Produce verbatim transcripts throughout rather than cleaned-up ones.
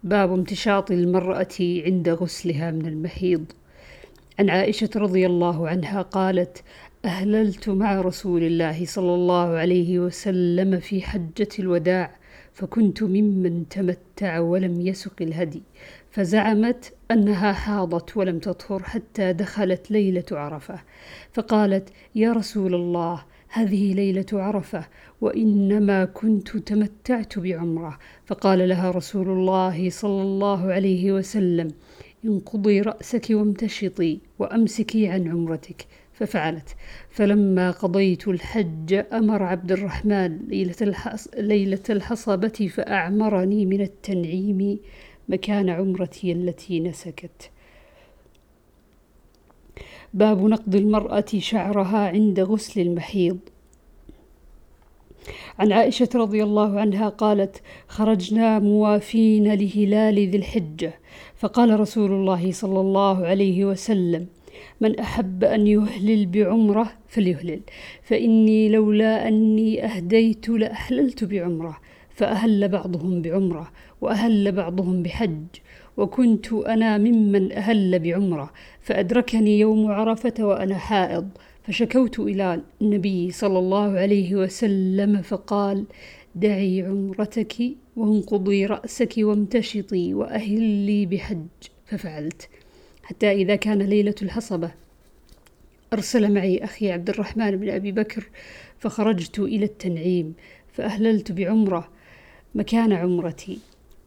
باب امتشاط المرأة عند غسلها من المحيض. عن عائشة رضي الله عنها قالت: أهللت مع رسول الله صلى الله عليه وسلم في حجة الوداع، فكنت ممن تمتع ولم يسق الهدي، فزعمت أنها حاضت ولم تطهر حتى دخلت ليلة عرفة، فقالت: يا رسول الله، هذه ليلة عرفة وإنما كنت تمتعت بعمرة. فقال لها رسول الله صلى الله عليه وسلم: انقضي رأسك وامتشطي وأمسكي عن عمرتك. ففعلت. فلما قضيت الحج أمر عبد الرحمن ليلة, الحص... ليلة الحصبة فأعمرني من التنعيم مكان عمرتي التي نسكت. باب نقض المرأة شعرها عند غسل المحيض. عن عائشة رضي الله عنها قالت: خرجنا موافين لهلال ذي الحجة، فقال رسول الله صلى الله عليه وسلم: من أحب أن يهلل بعمرة فليهلل، فإني لولا أني أهديت لأحللت بعمرة. فأهل بعضهم بعمرة وأهل بعضهم بحج، وكنت أنا ممن أهل بعمرة، فأدركني يوم عرفة وأنا حائض، فشكوت إلى النبي صلى الله عليه وسلم فقال: دعي عمرتك وانقضي رأسك وامتشطي وأهلي بحج. ففعلت. حتى إذا كان ليلة الحصبة أرسل معي أخي عبد الرحمن بن أبي بكر، فخرجت إلى التنعيم فأهللت بعمرة مكان عمرتي.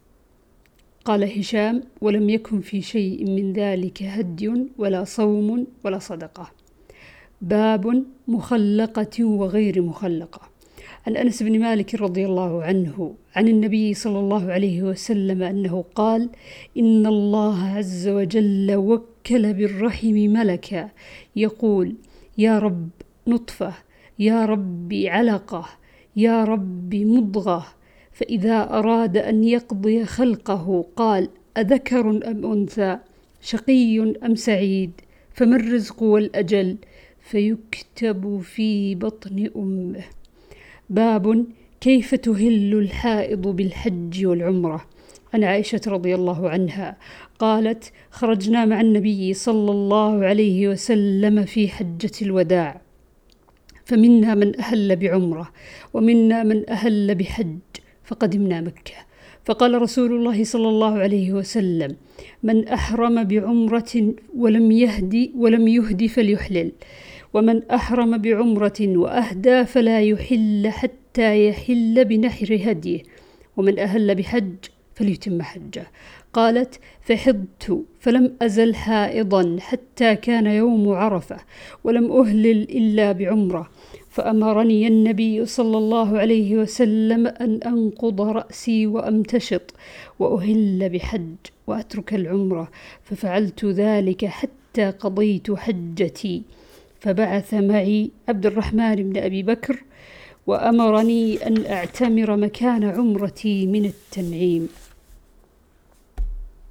قال هشام: ولم يكن في شيء من ذلك هدي ولا صوم ولا صدقة. باب مخلقة وغير مخلقة. عن أنس بن مالك رضي الله عنه عن النبي صلى الله عليه وسلم أنه قال: إن الله عز وجل وكل بالرحم ملكا يقول: يا رب نطفة، يا رب علقة، يا رب مضغة، فإذا أراد أن يقضي خلقه قال: أذكر أم أنثى، شقي أم سعيد، فما الرزق والأجل، فيكتب في بطن أمه. باب كيف تهل الحائض بالحج والعمرة. عن عائشة رضي الله عنها قالت: خرجنا مع النبي صلى الله عليه وسلم في حجة الوداع، فمنا من أهل بعمرة ومنا من أهل بحج، فقدمنا مكة، فقال رسول الله صلى الله عليه وسلم: من أحرم بعمرة ولم يهدي ولم يهدي فليحلل، ومن أحرم بعمرة وأهدى فلا يحل حتى يحل بنحر هديه، ومن أهل بحج فليتم حجه. قالت: فحضت فلم أزل حائضا حتى كان يوم عرفة، ولم أهلل إلا بعمرة، فأمرني النبي صلى الله عليه وسلم أن أنقض رأسي وأمتشط وأهل بحج وأترك العمرة، ففعلت ذلك حتى قضيت حجتي. فبعث معي عبد الرحمن بن أبي بكر وأمرني أن أعتمر مكان عمرتي من التنعيم.